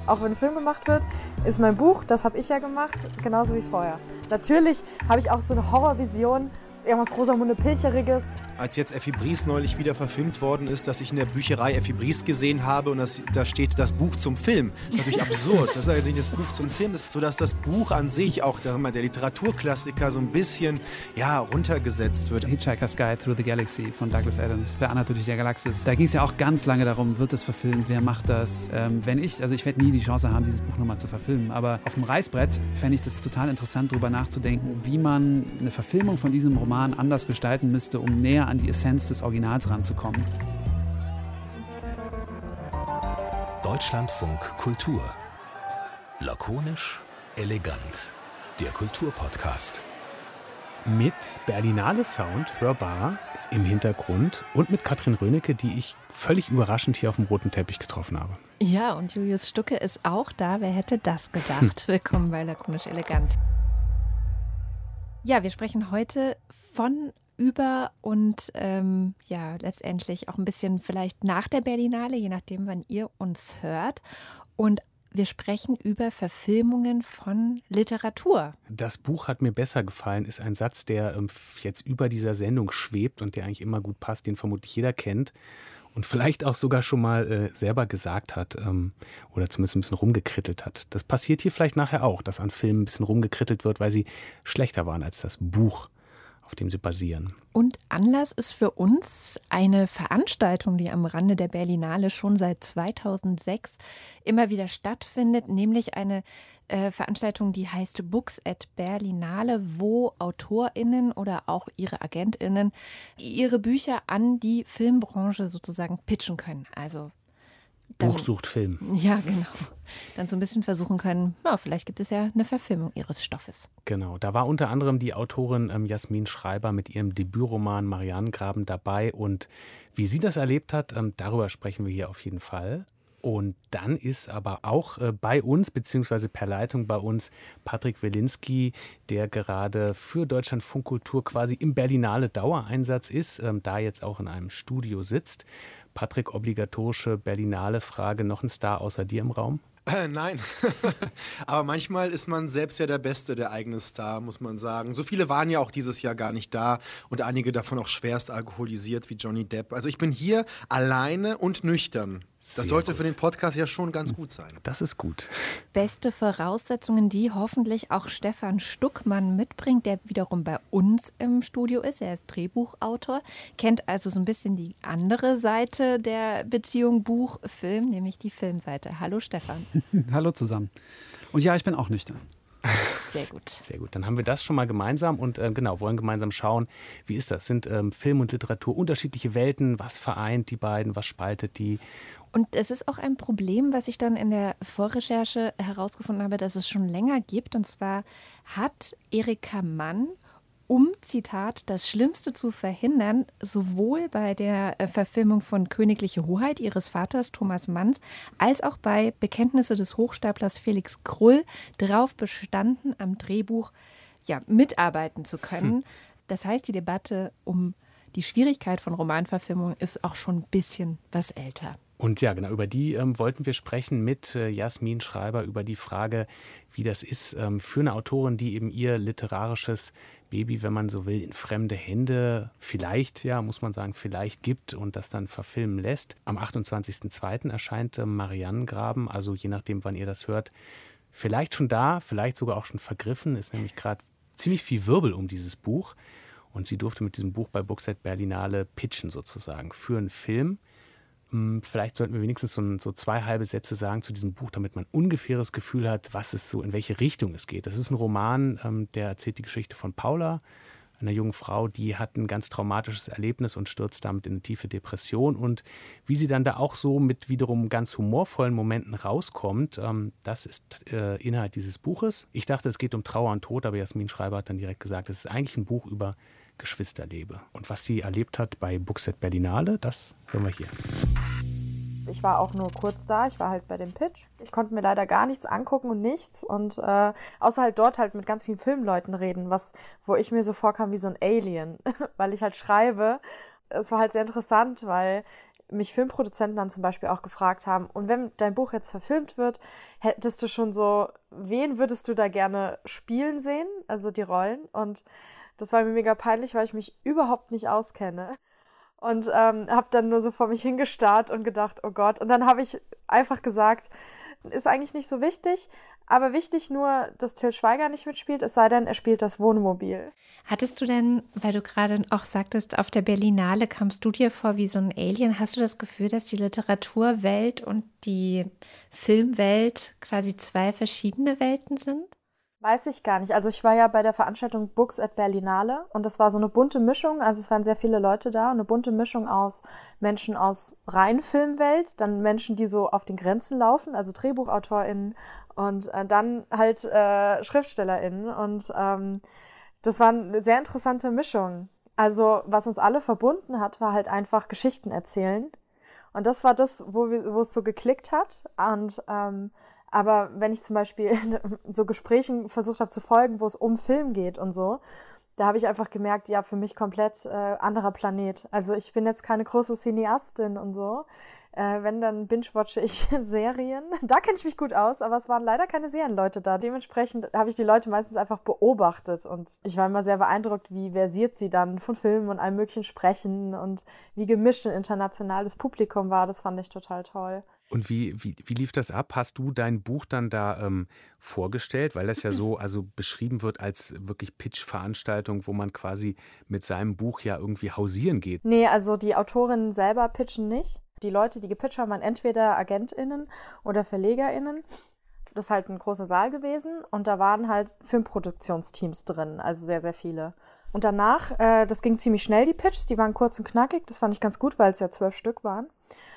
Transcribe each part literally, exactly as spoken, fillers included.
Auch wenn ein Film gemacht wird, ist mein Buch, das habe ich ja gemacht, genauso wie vorher. Natürlich habe ich auch so eine Horrorvision, irgendwas Rosamunde Pilcheriges. Als jetzt Effi Briest neulich wieder verfilmt worden ist, dass ich in der Bücherei Effi Briest gesehen habe und das, da steht das Buch zum Film. Das ist natürlich absurd. Das ist eigentlich das Buch zum Film, das, sodass das Buch an sich, auch der, der Literaturklassiker, so ein bisschen ja, runtergesetzt wird. Hitchhiker's Guide Through the Galaxy von Douglas Adams, bei Anna durch der Galaxis. Da ging es ja auch ganz lange darum, wird das verfilmt, wer macht das? Ähm, wenn ich, also ich werde nie die Chance haben, dieses Buch nochmal zu verfilmen, aber auf dem Reißbrett fände ich das total interessant, darüber nachzudenken, wie man eine Verfilmung von diesem Roman anders gestalten müsste, um näher an die Essenz des Originals ranzukommen. Deutschlandfunk Kultur. Lakonisch, elegant. Der Kulturpodcast. Mit Berlinale Sound hörbar im Hintergrund und mit Katrin Rönecke, die ich völlig überraschend hier auf dem roten Teppich getroffen habe. Ja, und Julius Stucke ist auch da. Wer hätte das gedacht? Willkommen bei Lakonisch elegant. Ja, wir sprechen heute von, über und ähm, ja, letztendlich auch ein bisschen vielleicht nach der Berlinale, je nachdem, wann ihr uns hört. Und wir sprechen über Verfilmungen von Literatur. Das Buch hat mir besser gefallen, ist ein Satz, der ähm, jetzt über dieser Sendung schwebt und der eigentlich immer gut passt, den vermutlich jeder kennt. Und vielleicht auch sogar schon mal äh, selber gesagt hat ähm, oder zumindest ein bisschen rumgekrittelt hat. Das passiert hier vielleicht nachher auch, dass an Filmen ein bisschen rumgekrittelt wird, weil sie schlechter waren als das Buch, auf dem sie basieren. Und Anlass ist für uns eine Veranstaltung, die am Rande der Berlinale schon seit zweitausendsechs immer wieder stattfindet, nämlich eine äh, Veranstaltung, die heißt Books at Berlinale, wo AutorInnen oder auch ihre AgentInnen ihre Bücher an die Filmbranche sozusagen pitchen können. Also dann, Buch sucht Film. Ja, genau. Dann so ein bisschen versuchen können, ja, vielleicht gibt es ja eine Verfilmung ihres Stoffes. Genau, da war unter anderem die Autorin ähm, Jasmin Schreiber mit ihrem Debütroman Marianengraben dabei. Und wie sie das erlebt hat, ähm, darüber sprechen wir hier auf jeden Fall. Und dann ist aber auch äh, bei uns, beziehungsweise per Leitung bei uns, Patrick Welinski, der gerade für Deutschlandfunk Kultur quasi im Berlinale Dauereinsatz ist, ähm, da jetzt auch in einem Studio sitzt. Patrick, obligatorische Berlinale-Frage, noch ein Star außer dir im Raum? Äh, nein, aber manchmal ist man selbst ja der Beste, der eigene Star, muss man sagen. So viele waren ja auch dieses Jahr gar nicht da und einige davon auch schwerst alkoholisiert wie Johnny Depp. Also ich bin hier alleine und nüchtern. Das Sehr sollte gut. für den Podcast ja schon ganz gut sein. Das ist gut. Beste Voraussetzungen, die hoffentlich auch Stefan Stuckmann mitbringt, der wiederum bei uns im Studio ist. Er ist Drehbuchautor, kennt also so ein bisschen die andere Seite der Beziehung Buch-Film, nämlich die Filmseite. Hallo Stefan. Hallo zusammen. Und ja, ich bin auch nüchtern. Sehr gut. Sehr gut, dann haben wir das schon mal gemeinsam und äh, genau, wollen gemeinsam schauen, wie ist das? Sind ähm, Film und Literatur unterschiedliche Welten? Was vereint die beiden? Was spaltet die? Und es ist auch ein Problem, was ich dann in der Vorrecherche herausgefunden habe, dass es schon länger gibt. Und zwar hat Erika Mann, um, Zitat, das Schlimmste zu verhindern, sowohl bei der Verfilmung von Königliche Hoheit ihres Vaters Thomas Manns, als auch bei Bekenntnisse des Hochstaplers Felix Krull darauf bestanden, am Drehbuch ja, mitarbeiten zu können. Hm. Das heißt, die Debatte um die Schwierigkeit von Romanverfilmung ist auch schon ein bisschen was älter. Und ja, genau, über die ähm, wollten wir sprechen mit äh, Jasmin Schreiber, über die Frage, wie das ist ähm, für eine Autorin, die eben ihr literarisches Baby, wenn man so will, in fremde Hände vielleicht, ja, muss man sagen, vielleicht gibt und das dann verfilmen lässt. Am achtundzwanzigsten zweiten erscheint äh, Marianengraben, also je nachdem, wann ihr das hört, vielleicht schon da, vielleicht sogar auch schon vergriffen, ist nämlich gerade ziemlich viel Wirbel um dieses Buch. Und sie durfte mit diesem Buch bei Books at Berlinale pitchen sozusagen für einen Film. Vielleicht sollten wir wenigstens so, so zwei halbe Sätze sagen zu diesem Buch, damit man ein ungefähres Gefühl hat, was es so, in welche Richtung es geht. Das ist ein Roman, ähm, der erzählt die Geschichte von Paula, einer jungen Frau, die hat ein ganz traumatisches Erlebnis und stürzt damit in eine tiefe Depression. Und wie sie dann da auch so mit wiederum ganz humorvollen Momenten rauskommt, ähm, das ist äh, Inhalt dieses Buches. Ich dachte, es geht um Trauer und Tod, aber Jasmin Schreiber hat dann direkt gesagt, es ist eigentlich ein Buch über Geschwisterliebe. Und was sie erlebt hat bei Books at Berlinale, das hören wir hier. Ich war auch nur kurz da, ich war halt bei dem Pitch. Ich konnte mir leider gar nichts angucken und nichts und äh, außer halt dort halt mit ganz vielen Filmleuten reden, was, wo ich mir so vorkam wie so ein Alien, weil ich halt schreibe. Es war halt sehr interessant, weil mich Filmproduzenten dann zum Beispiel auch gefragt haben, und wenn dein Buch jetzt verfilmt wird, hättest du schon so, wen würdest du da gerne spielen sehen, also die Rollen? Und das war mir mega peinlich, weil ich mich überhaupt nicht auskenne. Und ähm, habe dann nur so vor mich hingestarrt und gedacht, oh Gott. Und dann habe ich einfach gesagt, ist eigentlich nicht so wichtig, aber wichtig nur, dass Til Schweiger nicht mitspielt, es sei denn, er spielt das Wohnmobil. Hattest du denn, weil du gerade auch sagtest, auf der Berlinale kamst du dir vor wie so ein Alien, hast du das Gefühl, dass die Literaturwelt und die Filmwelt quasi zwei verschiedene Welten sind? Weiß ich gar nicht. Also ich war ja bei der Veranstaltung Books at Berlinale und das war so eine bunte Mischung, also es waren sehr viele Leute da, eine bunte Mischung aus Menschen aus rein Filmwelt, dann Menschen, die so auf den Grenzen laufen, also DrehbuchautorInnen und äh, dann halt äh, SchriftstellerInnen und ähm, das war eine sehr interessante Mischung. Also was uns alle verbunden hat, war halt einfach Geschichten erzählen und das war das, wo, wir, wo es so geklickt hat und ähm, aber wenn ich zum Beispiel so Gesprächen versucht habe zu folgen, wo es um Film geht und so, da habe ich einfach gemerkt, ja, für mich komplett äh, anderer Planet. Also ich bin jetzt keine große Cineastin und so. Äh, wenn, dann binge-watche ich Serien. Da kenne ich mich gut aus, aber es waren leider keine Serienleute da. Dementsprechend habe ich die Leute meistens einfach beobachtet und ich war immer sehr beeindruckt, wie versiert sie dann von Filmen und allem möglichen sprechen und wie gemischt und international das Publikum war. Das fand ich total toll. Und wie, wie, wie lief das ab? Hast du dein Buch dann da ähm, vorgestellt? Weil das ja so also beschrieben wird als wirklich Pitch-Veranstaltung, wo man quasi mit seinem Buch ja irgendwie hausieren geht. Nee, also die Autorinnen selber pitchen nicht. Die Leute, die gepitcht haben, waren entweder AgentInnen oder VerlegerInnen. Das ist halt ein großer Saal gewesen und da waren halt Filmproduktionsteams drin, also sehr, sehr viele. Und danach, äh, das ging ziemlich schnell, die Pitches, die waren kurz und knackig. Das fand ich ganz gut, weil es ja zwölf Stück waren.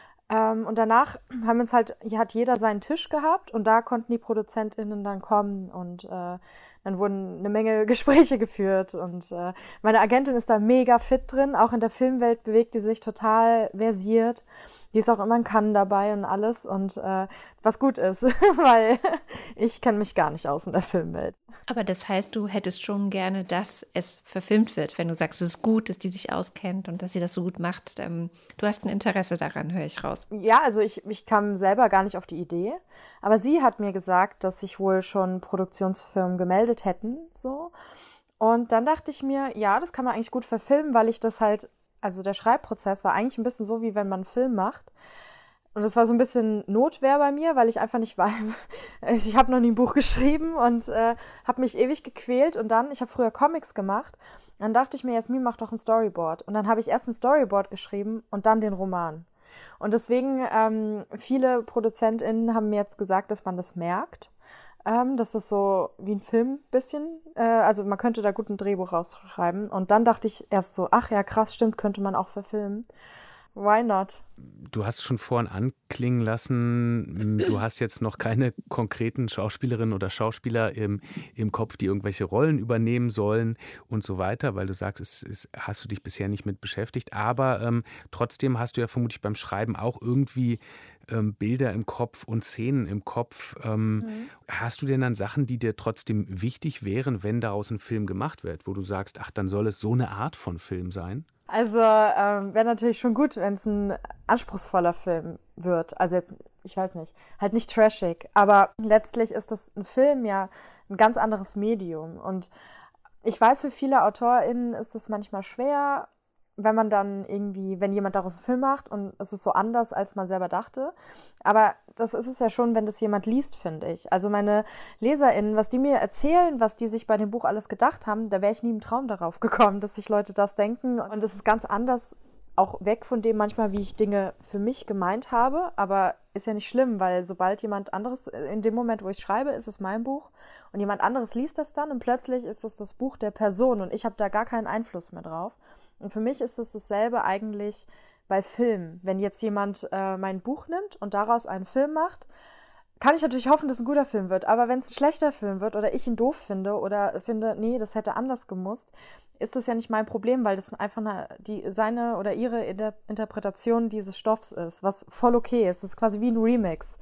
Ähm, und danach haben uns halt, hier hat jeder seinen Tisch gehabt und da konnten die ProduzentInnen dann kommen und äh, dann wurden eine Menge Gespräche geführt und äh, meine Agentin ist da mega fit drin, auch in der Filmwelt bewegt die sich total versiert. Die ist auch immer in Cannes dabei und alles und äh, was gut ist, weil ich kenne mich gar nicht aus in der Filmwelt. Aber das heißt, du hättest schon gerne, dass es verfilmt wird, wenn du sagst, es ist gut, dass die sich auskennt und dass sie das so gut macht. Ähm, du hast ein Interesse daran, höre ich raus. Ja, also ich, ich kam selber gar nicht auf die Idee, aber sie hat mir gesagt, dass sich wohl schon Produktionsfirmen gemeldet hätten, so. Und dann dachte ich mir, ja, das kann man eigentlich gut verfilmen, weil ich das halt, also der Schreibprozess war eigentlich ein bisschen so, wie wenn man einen Film macht. Und das war so ein bisschen Notwehr bei mir, weil ich einfach nicht weiß, ich habe noch nie ein Buch geschrieben und äh, habe mich ewig gequält. Und dann, ich habe früher Comics gemacht, dann dachte ich mir, Jasmin, mach doch ein Storyboard. Und dann habe ich erst ein Storyboard geschrieben und dann den Roman. Und deswegen, ähm, viele ProduzentInnen haben mir jetzt gesagt, dass man das merkt. Ähm, das ist so wie ein Film ein bisschen. Äh, also man könnte da gut ein Drehbuch rausschreiben. Und dann dachte ich erst so, ach ja, krass, stimmt, könnte man auch verfilmen. Why not? Du hast schon vorhin anklingen lassen, du hast jetzt noch keine konkreten Schauspielerinnen oder Schauspieler im, im Kopf, die irgendwelche Rollen übernehmen sollen und so weiter, weil du sagst, es, es hast du dich bisher nicht mit beschäftigt. Aber ähm, trotzdem hast du ja vermutlich beim Schreiben auch irgendwie ähm, Bilder im Kopf und Szenen im Kopf. Ähm, mhm. Hast du denn dann Sachen, die dir trotzdem wichtig wären, wenn daraus ein Film gemacht wird, wo du sagst, ach, dann soll es so eine Art von Film sein? Also ähm, wäre natürlich schon gut, wenn es ein anspruchsvoller Film wird. Also jetzt, ich weiß nicht, halt nicht trashig. Aber letztlich ist das ein Film ja ein ganz anderes Medium. Und ich weiß, für viele AutorInnen ist das manchmal schwer, wenn man dann irgendwie, wenn jemand daraus einen Film macht und es ist so anders, als man selber dachte. Aber das ist es ja schon, wenn das jemand liest, finde ich. Also meine LeserInnen, was die mir erzählen, was die sich bei dem Buch alles gedacht haben, da wäre ich nie im Traum darauf gekommen, dass sich Leute das denken. Und es ist ganz anders, auch weg von dem manchmal, wie ich Dinge für mich gemeint habe. Aber ist ja nicht schlimm, weil sobald jemand anderes, in dem Moment, wo ich schreibe, ist es mein Buch und jemand anderes liest das dann und plötzlich ist es das Buch der Person und ich habe da gar keinen Einfluss mehr drauf. Und für mich ist es dasselbe eigentlich bei Filmen. Wenn jetzt jemand äh, mein Buch nimmt und daraus einen Film macht, kann ich natürlich hoffen, dass es ein guter Film wird. Aber wenn es ein schlechter Film wird oder ich ihn doof finde oder finde, nee, das hätte anders gemusst, ist das ja nicht mein Problem, weil das einfach eine, die, seine oder ihre Inter- Interpretation dieses Stoffs ist, was voll okay ist. Das ist quasi wie ein Remix.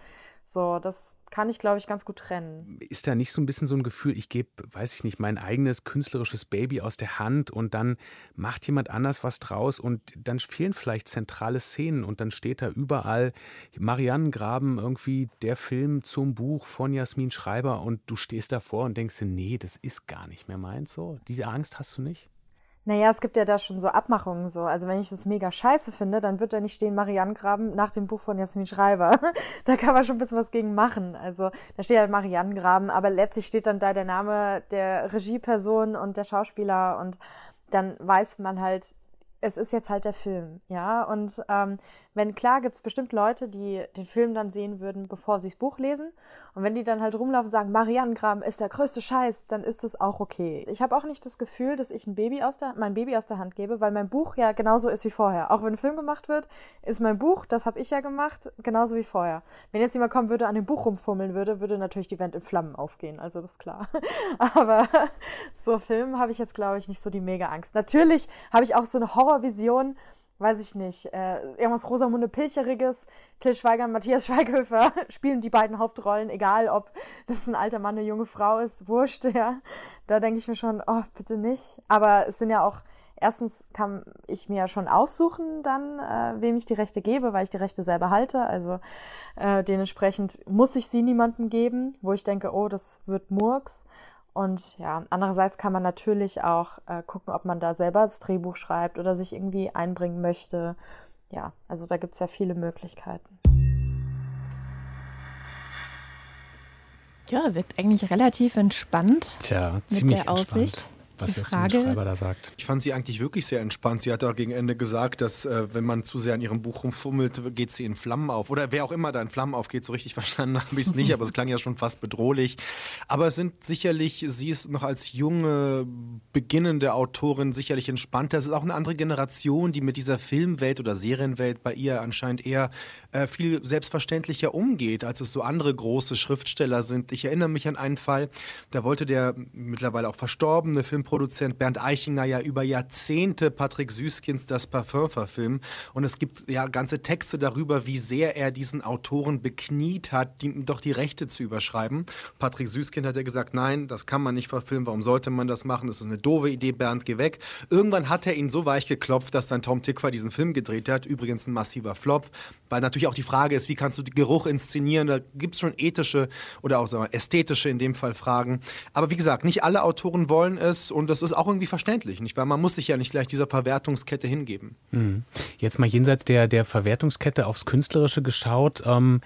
So, das kann ich, glaube ich, ganz gut trennen. Ist da nicht so ein bisschen so ein Gefühl, ich gebe, weiß ich nicht, mein eigenes künstlerisches Baby aus der Hand und dann macht jemand anders was draus und dann fehlen vielleicht zentrale Szenen und dann steht da überall Mariannengraben, irgendwie der Film zum Buch von Jasmin Schreiber und du stehst davor und denkst dir, nee, das ist gar nicht mehr meins so. Diese Angst hast du nicht? Naja, es gibt ja da schon so Abmachungen so. Also wenn ich das mega scheiße finde, dann wird da nicht stehen Mariannengraben nach dem Buch von Jasmin Schreiber. Da kann man schon ein bisschen was gegen machen. Also da steht halt Mariannengraben, aber letztlich steht dann da der Name der Regieperson und der Schauspieler und dann weiß man halt, es ist jetzt halt der Film, ja. Und ähm, wenn, klar, gibt es bestimmt Leute, die den Film dann sehen würden, bevor sie das Buch lesen. Und wenn die dann halt rumlaufen und sagen, Mariannengraben ist der größte Scheiß, dann ist das auch okay. Ich habe auch nicht das Gefühl, dass ich ein Baby aus der, mein Baby aus der Hand gebe, weil mein Buch ja genauso ist wie vorher. Auch wenn ein Film gemacht wird, ist mein Buch, das habe ich ja gemacht, genauso wie vorher. Wenn jetzt jemand kommen würde, an dem Buch rumfummeln würde, würde natürlich die Welt in Flammen aufgehen, also das ist klar. Aber so Film habe ich jetzt, glaube ich, nicht so die mega Angst. Natürlich habe ich auch so eine Horrorvision, weiß ich nicht, äh, irgendwas Rosamunde Pilcheriges, Til Schweiger und Matthias Schweighöfer spielen die beiden Hauptrollen, egal ob das ein alter Mann, eine junge Frau ist, wurscht, ja. Da denke ich mir schon, oh, bitte nicht. Aber es sind ja auch, erstens kann ich mir ja schon aussuchen dann, äh, wem ich die Rechte gebe, weil ich die Rechte selber halte. Also äh, dementsprechend muss ich sie niemandem geben, wo ich denke, oh, das wird Murks. Und ja, andererseits kann man natürlich auch äh, gucken, ob man da selber das Drehbuch schreibt oder sich irgendwie einbringen möchte. Ja, also da gibt es ja viele Möglichkeiten. Ja, wirkt eigentlich relativ entspannt. Tja, mit ziemlich der Aussicht. entspannt, was Die Jasmin Frage- Schreiber da sagt. Ich fand sie eigentlich wirklich sehr entspannt. Sie hat da gegen Ende gesagt, dass äh, wenn man zu sehr an ihrem Buch rumfummelt, geht sie in Flammen auf. Oder wer auch immer da in Flammen aufgeht, so richtig verstanden habe ich es nicht, aber es klang ja schon fast bedrohlich. Aber es sind sicherlich, sie ist noch als junge, beginnende Autorin sicherlich entspannter. Es ist auch eine andere Generation, die mit dieser Filmwelt oder Serienwelt bei ihr anscheinend eher äh, viel selbstverständlicher umgeht, als es so andere große Schriftsteller sind. Ich erinnere mich an einen Fall, da wollte der mittlerweile auch verstorbene Film Produzent Bernd Eichinger ja über Jahrzehnte Patrick Süskins Das Parfum verfilmen. Und es gibt ja ganze Texte darüber, wie sehr er diesen Autoren bekniet hat, ihm doch die Rechte zu überschreiben. Patrick Süskind hat ja gesagt, nein, das kann man nicht verfilmen, warum sollte man das machen? Das ist eine doofe Idee, Bernd, geh weg. Irgendwann hat er ihn so weich geklopft, dass dann Tom Tykwer diesen Film gedreht hat. Übrigens ein massiver Flop, weil natürlich auch die Frage ist, wie kannst du den Geruch inszenieren? Da gibt es schon ethische oder auch sagen wir, ästhetische in dem Fall Fragen. Aber wie gesagt, nicht alle Autoren wollen es. Und das ist auch irgendwie verständlich, nicht wahr? Man muss sich ja nicht gleich dieser Verwertungskette hingeben. Mhm. Jetzt mal jenseits der, der Verwertungskette aufs Künstlerische geschaut. Ähm,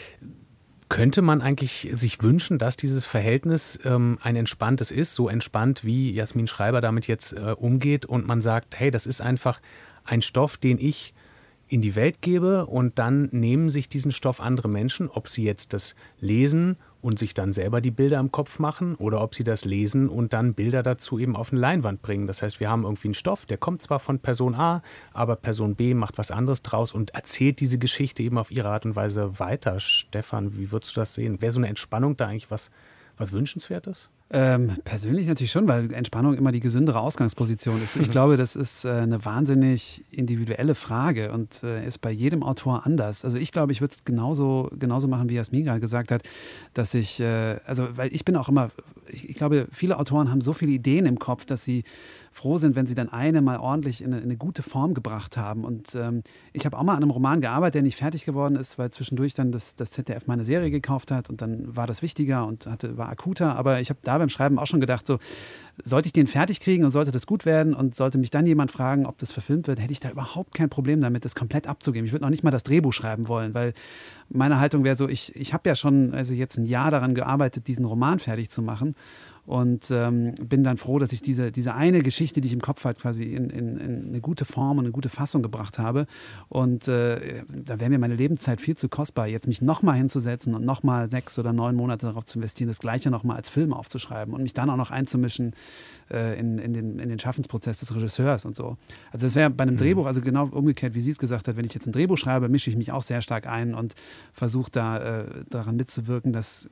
könnte man eigentlich sich wünschen, dass dieses Verhältnis ähm, ein entspanntes ist, so entspannt, wie Jasmin Schreiber damit jetzt äh, umgeht und man sagt, hey, das ist einfach ein Stoff, den ich in die Welt gebe und dann nehmen sich diesen Stoff andere Menschen, ob sie jetzt das lesen und sich dann selber die Bilder im Kopf machen oder ob sie das lesen und dann Bilder dazu eben auf eine Leinwand bringen. Das heißt, wir haben irgendwie einen Stoff, der kommt zwar von Person A, aber Person B macht was anderes draus und erzählt diese Geschichte eben auf ihre Art und Weise weiter. Stefan, wie würdest du das sehen? Wäre so eine Entspannung da eigentlich was, was Wünschenswertes? Ähm, persönlich natürlich schon, weil Entspannung immer die gesündere Ausgangsposition ist. Ich glaube, das ist äh, eine wahnsinnig individuelle Frage und äh, ist bei jedem Autor anders. Also ich glaube, ich würde es genauso, genauso machen, wie Jasmin gerade gesagt hat, dass ich, äh, also weil ich bin auch immer, ich, ich glaube, viele Autoren haben so viele Ideen im Kopf, dass sie froh sind, wenn sie dann eine mal ordentlich in eine, in eine gute Form gebracht haben. Und ähm, ich habe auch mal an einem Roman gearbeitet, der nicht fertig geworden ist, weil zwischendurch dann das, das Z D F meine Serie gekauft hat und dann war das wichtiger und hatte, war akuter. Aber ich habe da beim Schreiben auch schon gedacht, so, sollte ich den fertig kriegen und sollte das gut werden und sollte mich dann jemand fragen, ob das verfilmt wird, hätte ich da überhaupt kein Problem damit, das komplett abzugeben. Ich würde noch nicht mal das Drehbuch schreiben wollen, weil meine Haltung wäre so, ich, ich habe ja schon also jetzt ein Jahr daran gearbeitet, diesen Roman fertig zu machen. Und ähm, bin dann froh, dass ich diese, diese eine Geschichte, die ich im Kopf hatte, quasi in, in, in eine gute Form und eine gute Fassung gebracht habe. Und äh, da wäre mir meine Lebenszeit viel zu kostbar, jetzt mich nochmal hinzusetzen und nochmal sechs oder neun Monate darauf zu investieren, das Gleiche nochmal als Film aufzuschreiben und mich dann auch noch einzumischen äh, in, in, den, in den Schaffensprozess des Regisseurs und so. Also das wäre bei einem mhm. Drehbuch, also genau umgekehrt, wie sie es gesagt hat, wenn ich jetzt ein Drehbuch schreibe, mische ich mich auch sehr stark ein und versuche da äh, daran mitzuwirken, dass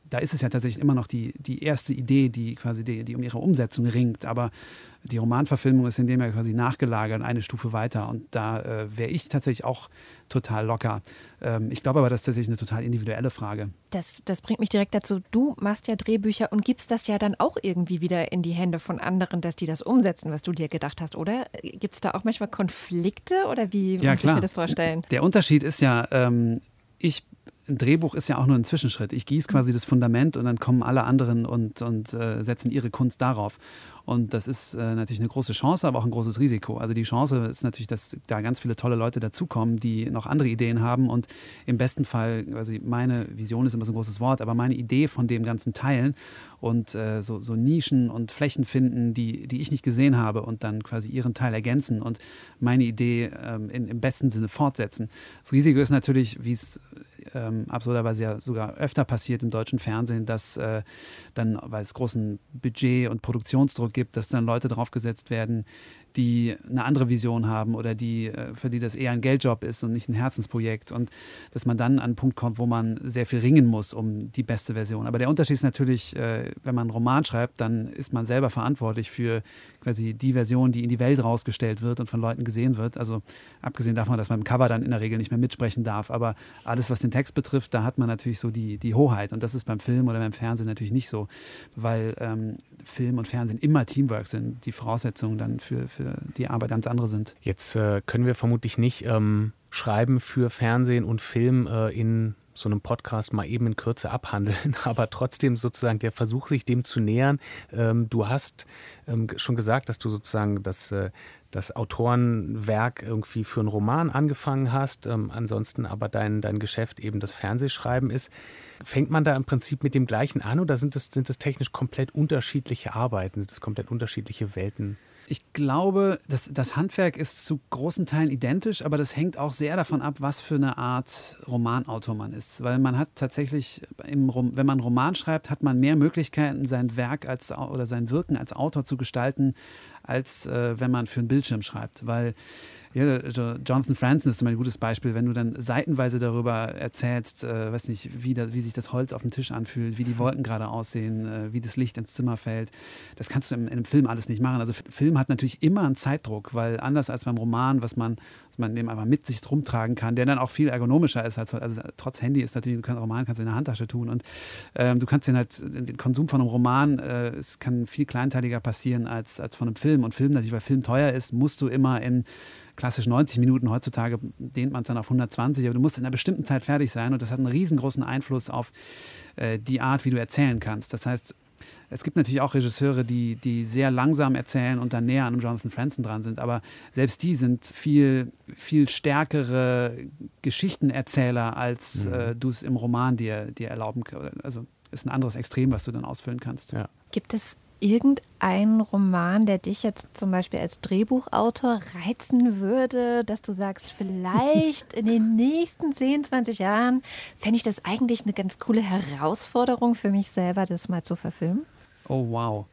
da ist es ja tatsächlich immer noch die, die erste Idee, die quasi die, die um ihre Umsetzung ringt. Aber die Romanverfilmung ist in dem ja quasi nachgelagert, eine Stufe weiter. Und da äh, wäre ich tatsächlich auch total locker. Ähm, ich glaube aber, das ist tatsächlich eine total individuelle Frage. Das, das bringt mich direkt dazu, du machst ja Drehbücher und gibst das ja dann auch irgendwie wieder in die Hände von anderen, dass die das umsetzen, was du dir gedacht hast, oder? Gibt es da auch manchmal Konflikte oder wie Ja, muss klar. ich mir das vorstellen? Der Unterschied ist ja, ähm, ich ein Drehbuch ist ja auch nur ein Zwischenschritt. Ich gieße quasi das Fundament und dann kommen alle anderen und, und äh, setzen ihre Kunst darauf. Und das ist äh, natürlich eine große Chance, aber auch ein großes Risiko. Also die Chance ist natürlich, dass da ganz viele tolle Leute dazukommen, die noch andere Ideen haben und im besten Fall, also meine Vision ist immer so ein großes Wort, aber meine Idee von dem Ganzen teilen und äh, so, so Nischen und Flächen finden, die, die ich nicht gesehen habe und dann quasi ihren Teil ergänzen und meine Idee ähm, in, im besten Sinne fortsetzen. Das Risiko ist natürlich, wie es ähm, absurderweise ja sogar öfter passiert im deutschen Fernsehen, dass äh, dann, weil es großen Budget- und Produktionsdruck gibt, dass dann Leute draufgesetzt werden, die eine andere Vision haben oder die, für die das eher ein Geldjob ist und nicht ein Herzensprojekt und dass man dann an einen Punkt kommt, wo man sehr viel ringen muss um die beste Version. Aber der Unterschied ist natürlich, wenn man einen Roman schreibt, dann ist man selber verantwortlich für quasi die Version, die in die Welt rausgestellt wird und von Leuten gesehen wird. Also abgesehen davon, dass man im Cover dann in der Regel nicht mehr mitsprechen darf, aber alles, was den Text betrifft, da hat man natürlich so die, die Hoheit und das ist beim Film oder beim Fernsehen natürlich nicht so, weil ähm, Film und Fernsehen immer Teamwork sind, die Voraussetzungen dann für, für die Arbeit ganz andere sind. Jetzt äh, können wir vermutlich nicht ähm, Schreiben für Fernsehen und Film äh, in so einem Podcast mal eben in Kürze abhandeln, aber trotzdem sozusagen der Versuch, sich dem zu nähern. Ähm, du hast ähm, schon gesagt, dass du sozusagen das, äh, das Autorenwerk irgendwie für einen Roman angefangen hast, ähm, ansonsten aber dein, dein Geschäft eben das Fernsehschreiben ist. Fängt man da im Prinzip mit dem Gleichen an oder sind das, sind das technisch komplett unterschiedliche Arbeiten, sind das komplett unterschiedliche Welten? Ich glaube, das, das Handwerk ist zu großen Teilen identisch, aber das hängt auch sehr davon ab, was für eine Art Romanautor man ist. Weil man hat tatsächlich, im, wenn man einen Roman schreibt, hat man mehr Möglichkeiten, sein Werk als, oder sein Wirken als Autor zu gestalten, als äh, wenn man für einen Bildschirm schreibt. Weil ja, Jonathan Franzen ist zum Beispiel ein gutes Beispiel, wenn du dann seitenweise darüber erzählst, äh, weiß nicht, wie, da, wie sich das Holz auf dem Tisch anfühlt, wie die Wolken gerade aussehen, äh, wie das Licht ins Zimmer fällt. Das kannst du im, in einem Film alles nicht machen. Also Film hat natürlich immer einen Zeitdruck, weil anders als beim Roman, was man, was man eben einfach mit sich rumtragen kann, der dann auch viel ergonomischer ist. Als, also trotz Handy ist natürlich, ein Roman kannst du in der Handtasche tun und ähm, du kannst den halt, den Konsum von einem Roman, äh, es kann viel kleinteiliger passieren als, als von einem Film. Und Film natürlich, weil Film teuer ist, musst du immer in klassisch neunzig Minuten, heutzutage dehnt man es dann auf hundertzwanzig, aber du musst in einer bestimmten Zeit fertig sein und das hat einen riesengroßen Einfluss auf äh, die Art, wie du erzählen kannst. Das heißt, es gibt natürlich auch Regisseure, die, die sehr langsam erzählen und dann näher an einem Jonathan Franzen dran sind, aber selbst die sind viel, viel stärkere Geschichtenerzähler, als mhm. äh, du es im Roman dir, dir erlauben kannst. Also ist ein anderes Extrem, was du dann ausfüllen kannst. Ja. Gibt es irgendein Roman, der dich jetzt zum Beispiel als Drehbuchautor reizen würde, dass du sagst, vielleicht in den nächsten zehn, zwanzig Jahren fände ich das eigentlich eine ganz coole Herausforderung für mich selber, das mal zu verfilmen? Oh, wow.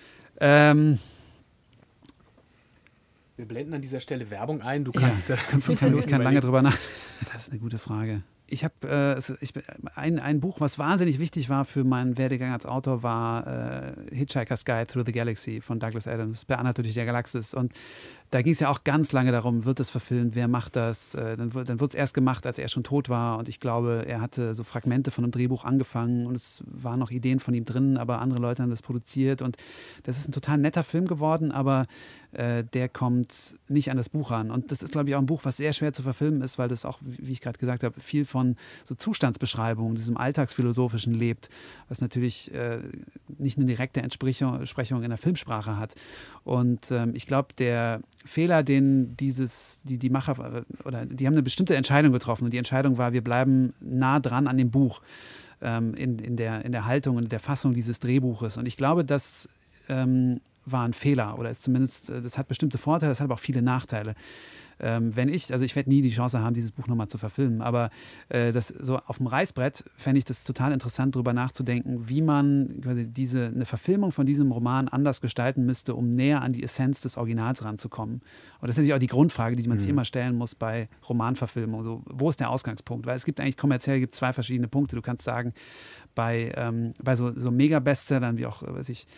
Ähm... Wir blenden an dieser Stelle Werbung ein. Du kannst, ja, äh, kannst ich, kann, ich kann lange drüber nach. Das ist eine gute Frage. Ich habe äh, ich, ein, ein Buch, was wahnsinnig wichtig war für meinen Werdegang als Autor, war äh, Hitchhiker's Guide Through the Galaxy von Douglas Adams, bei Anna durch der Galaxis. Und da ging es ja auch ganz lange darum, wird es verfilmt, wer macht das? Äh, dann dann wurde es erst gemacht, als er schon tot war. Und ich glaube, er hatte so Fragmente von einem Drehbuch angefangen und es waren noch Ideen von ihm drin, aber andere Leute haben das produziert. Und das ist ein total netter Film geworden, aber äh, der kommt nicht an das Buch ran. Und das ist, glaube ich, auch ein Buch, was sehr schwer zu verfilmen ist, weil das auch, wie ich gerade gesagt habe, viel von so Zustandsbeschreibungen, diesem Alltagsphilosophischen lebt, was natürlich äh, nicht eine direkte Entsprechung in der Filmsprache hat. Und ähm, ich glaube, der Fehler, den dieses, die, die Macher, oder die haben eine bestimmte Entscheidung getroffen und die Entscheidung war, wir bleiben nah dran an dem Buch ähm, in, in, der, in der Haltung und der Fassung dieses Drehbuches. Und ich glaube, das ähm, war ein Fehler oder ist zumindest, das hat bestimmte Vorteile, das hat aber auch viele Nachteile. Ähm, wenn ich, also ich werde nie die Chance haben, dieses Buch nochmal zu verfilmen, aber äh, das so auf dem Reißbrett fände ich das total interessant, darüber nachzudenken, wie man quasi diese, eine Verfilmung von diesem Roman anders gestalten müsste, um näher an die Essenz des Originals ranzukommen. Und das ist natürlich auch die Grundfrage, die man sich mhm. immer stellen muss bei Romanverfilmung. So, wo ist der Ausgangspunkt? Weil es gibt eigentlich kommerziell gibt zwei verschiedene Punkte. Du kannst sagen, bei, ähm, bei so, so Mega-Bestsellern wie auch, weiß ich,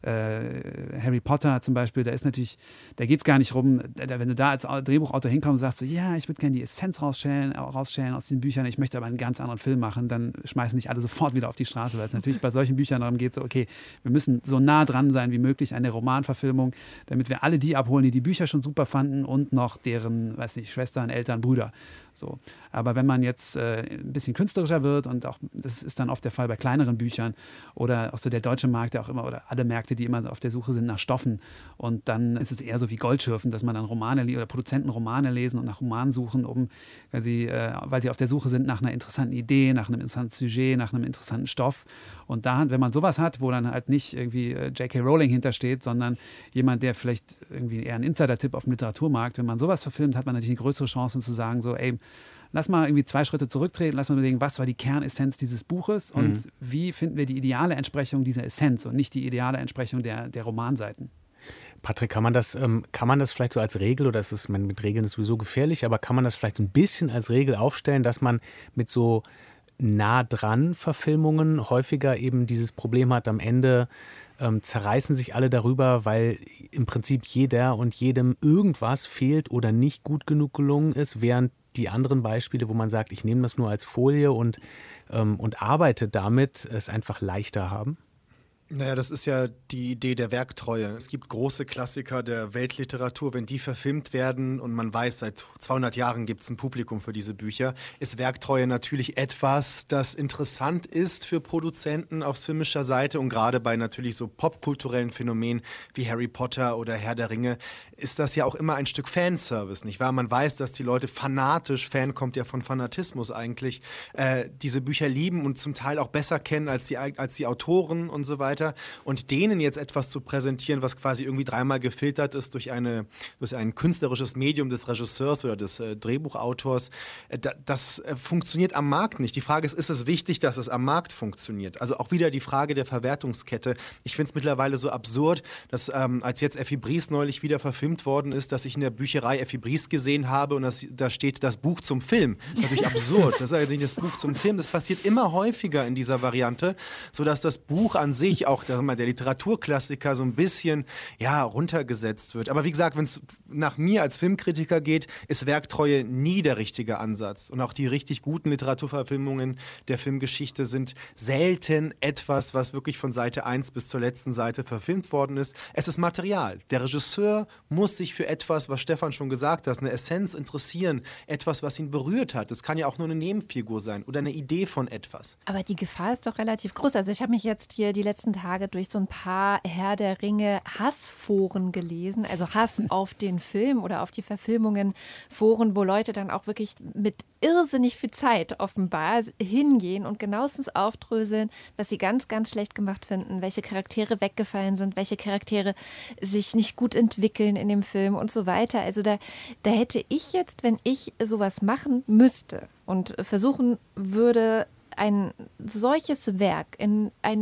Äh, Harry Potter zum Beispiel, da ist natürlich, da geht es gar nicht rum, da, wenn du da als Drehbuchautor hinkommst und sagst so, ja, ich würde gerne die Essenz rausstellen, rausstellen aus diesen Büchern, ich möchte aber einen ganz anderen Film machen, dann schmeißen dich alle sofort wieder auf die Straße, weil es natürlich bei solchen Büchern darum geht, so, okay, wir müssen so nah dran sein wie möglich an der Romanverfilmung, damit wir alle die abholen, die die Bücher schon super fanden und noch deren, weiß nicht, Schwestern, Eltern, Brüder. So. Aber wenn man jetzt äh, ein bisschen künstlerischer wird und auch, das ist dann oft der Fall bei kleineren Büchern oder auch so der deutsche Markt, der auch immer, oder alle Märkte, die immer auf der Suche sind nach Stoffen. Und dann ist es eher so wie Goldschürfen, dass man dann Romane oder Produzenten Romane lesen und nach Romanen suchen, um, weil sie, äh, weil sie auf der Suche sind nach einer interessanten Idee, nach einem interessanten Sujet, nach einem interessanten Stoff. Und da, wenn man sowas hat, wo dann halt nicht irgendwie äh, J K Rowling hintersteht, sondern jemand, der vielleicht irgendwie eher ein Insider-Tipp auf dem Literaturmarkt, wenn man sowas verfilmt, hat man natürlich eine größere Chance zu sagen, so, ey, lass mal irgendwie zwei Schritte zurücktreten, lass mal überlegen, was war die Kernessenz dieses Buches und mhm. wie finden wir die ideale Entsprechung dieser Essenz und nicht die ideale Entsprechung der, der Romanseiten. Patrick, kann man das, ähm, kann man das vielleicht so als Regel, oder ist es, man, mit Regeln ist sowieso gefährlich, aber kann man das vielleicht so ein bisschen als Regel aufstellen, dass man mit so nah dran Verfilmungen häufiger eben dieses Problem hat, am Ende ähm, zerreißen sich alle darüber, weil im Prinzip jeder und jedem irgendwas fehlt oder nicht gut genug gelungen ist, während die anderen Beispiele, wo man sagt, ich nehme das nur als Folie und, ähm, und arbeite damit, es einfach leichter haben? Naja, das ist ja die Idee der Werktreue. Es gibt große Klassiker der Weltliteratur, wenn die verfilmt werden und man weiß, seit zweihundert Jahren gibt es ein Publikum für diese Bücher, ist Werktreue natürlich etwas, das interessant ist für Produzenten auf filmischer Seite und gerade bei natürlich so popkulturellen Phänomenen wie Harry Potter oder Herr der Ringe ist das ja auch immer ein Stück Fanservice, nicht wahr? Man weiß, dass die Leute fanatisch, Fan kommt ja von Fanatismus eigentlich, äh, diese Bücher lieben und zum Teil auch besser kennen als die, als die Autoren und so weiter. Und denen jetzt etwas zu präsentieren, was quasi irgendwie dreimal gefiltert ist durch, eine, durch ein künstlerisches Medium des Regisseurs oder des äh, Drehbuchautors, äh, da, das äh, funktioniert am Markt nicht. Die Frage ist, ist es wichtig, dass es am Markt funktioniert? Also auch wieder die Frage der Verwertungskette. Ich finde es mittlerweile so absurd, dass ähm, als jetzt Effi Briest neulich wieder verfilmt worden ist, dass ich in der Bücherei Effi Briest gesehen habe und das, da steht das Buch zum Film. Das ist natürlich absurd. Das ist eigentlich das Buch zum Film. Das passiert immer häufiger in dieser Variante, sodass das Buch an sich auch der Literaturklassiker so ein bisschen ja, runtergesetzt wird. Aber wie gesagt, wenn es nach mir als Filmkritiker geht, ist Werktreue nie der richtige Ansatz. Und auch die richtig guten Literaturverfilmungen der Filmgeschichte sind selten etwas, was wirklich von Seite eins bis zur letzten Seite verfilmt worden ist. Es ist Material. Der Regisseur muss sich für etwas, was Stefan schon gesagt hat, eine Essenz interessieren, etwas, was ihn berührt hat. Das kann ja auch nur eine Nebenfigur sein oder eine Idee von etwas. Aber die Gefahr ist doch relativ groß. Also ich habe mich jetzt hier die letzten Tage durch so ein paar Herr der Ringe Hassforen gelesen, also Hass auf den Film oder auf die Verfilmungen, Foren, wo Leute dann auch wirklich mit irrsinnig viel Zeit offenbar hingehen und genauestens aufdröseln, was sie ganz, ganz schlecht gemacht finden, welche Charaktere weggefallen sind, welche Charaktere sich nicht gut entwickeln in dem Film und so weiter. Also da, da hätte ich jetzt, wenn ich sowas machen müsste und versuchen würde, ein solches Werk in ein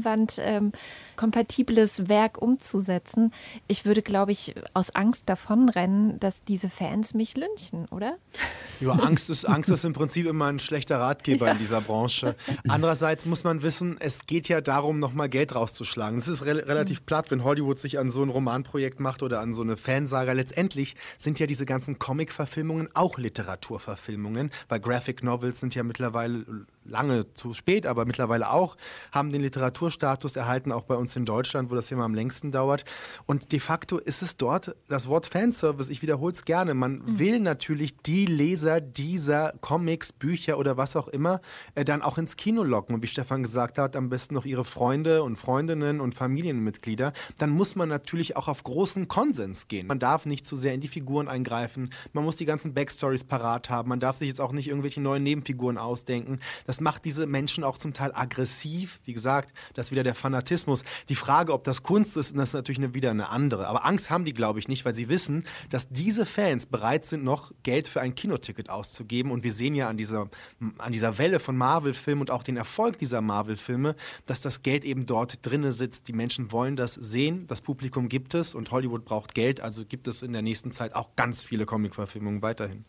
Leinwand-kompatibles ähm, Werk umzusetzen, ich würde, glaube ich, aus Angst davonrennen, dass diese Fans mich lynchen, oder? Ja, Angst ist, Angst ist im Prinzip immer ein schlechter Ratgeber ja. in dieser Branche. Andererseits muss man wissen, es geht ja darum, nochmal Geld rauszuschlagen. Es ist re- relativ mhm. platt, wenn Hollywood sich an so ein Romanprojekt macht oder an so eine Fansaga. Letztendlich sind ja diese ganzen Comic-Verfilmungen auch Literaturverfilmungen, weil Graphic Novels sind ja mittlerweile lange zu spät, aber mittlerweile auch, haben den Literaturstatus erhalten, auch bei uns in Deutschland, wo das immer am längsten dauert. Und de facto ist es dort das Wort Fanservice, ich wiederhole es gerne, man mhm. will natürlich die Leser dieser Comics, Bücher oder was auch immer äh, dann auch ins Kino locken. Und wie Stefan gesagt hat, am besten noch ihre Freunde und Freundinnen und Familienmitglieder. Dann muss man natürlich auch auf großen Konsens gehen. Man darf nicht zu sehr in die Figuren eingreifen, man muss die ganzen Backstories parat haben, man darf sich jetzt auch nicht irgendwelche neuen Nebenfiguren ausdenken. Das Das macht diese Menschen auch zum Teil aggressiv. Wie gesagt, das ist wieder der Fanatismus. Die Frage, ob das Kunst ist, das ist natürlich eine, wieder eine andere. Aber Angst haben die, glaube ich, nicht, weil sie wissen, dass diese Fans bereit sind, noch Geld für ein Kinoticket auszugeben. Und wir sehen ja an dieser, an dieser Welle von Marvel-Filmen und auch den Erfolg dieser Marvel-Filme, dass das Geld eben dort drinne sitzt. Die Menschen wollen das sehen, das Publikum gibt es und Hollywood braucht Geld, also gibt es in der nächsten Zeit auch ganz viele Comic-Verfilmungen weiterhin.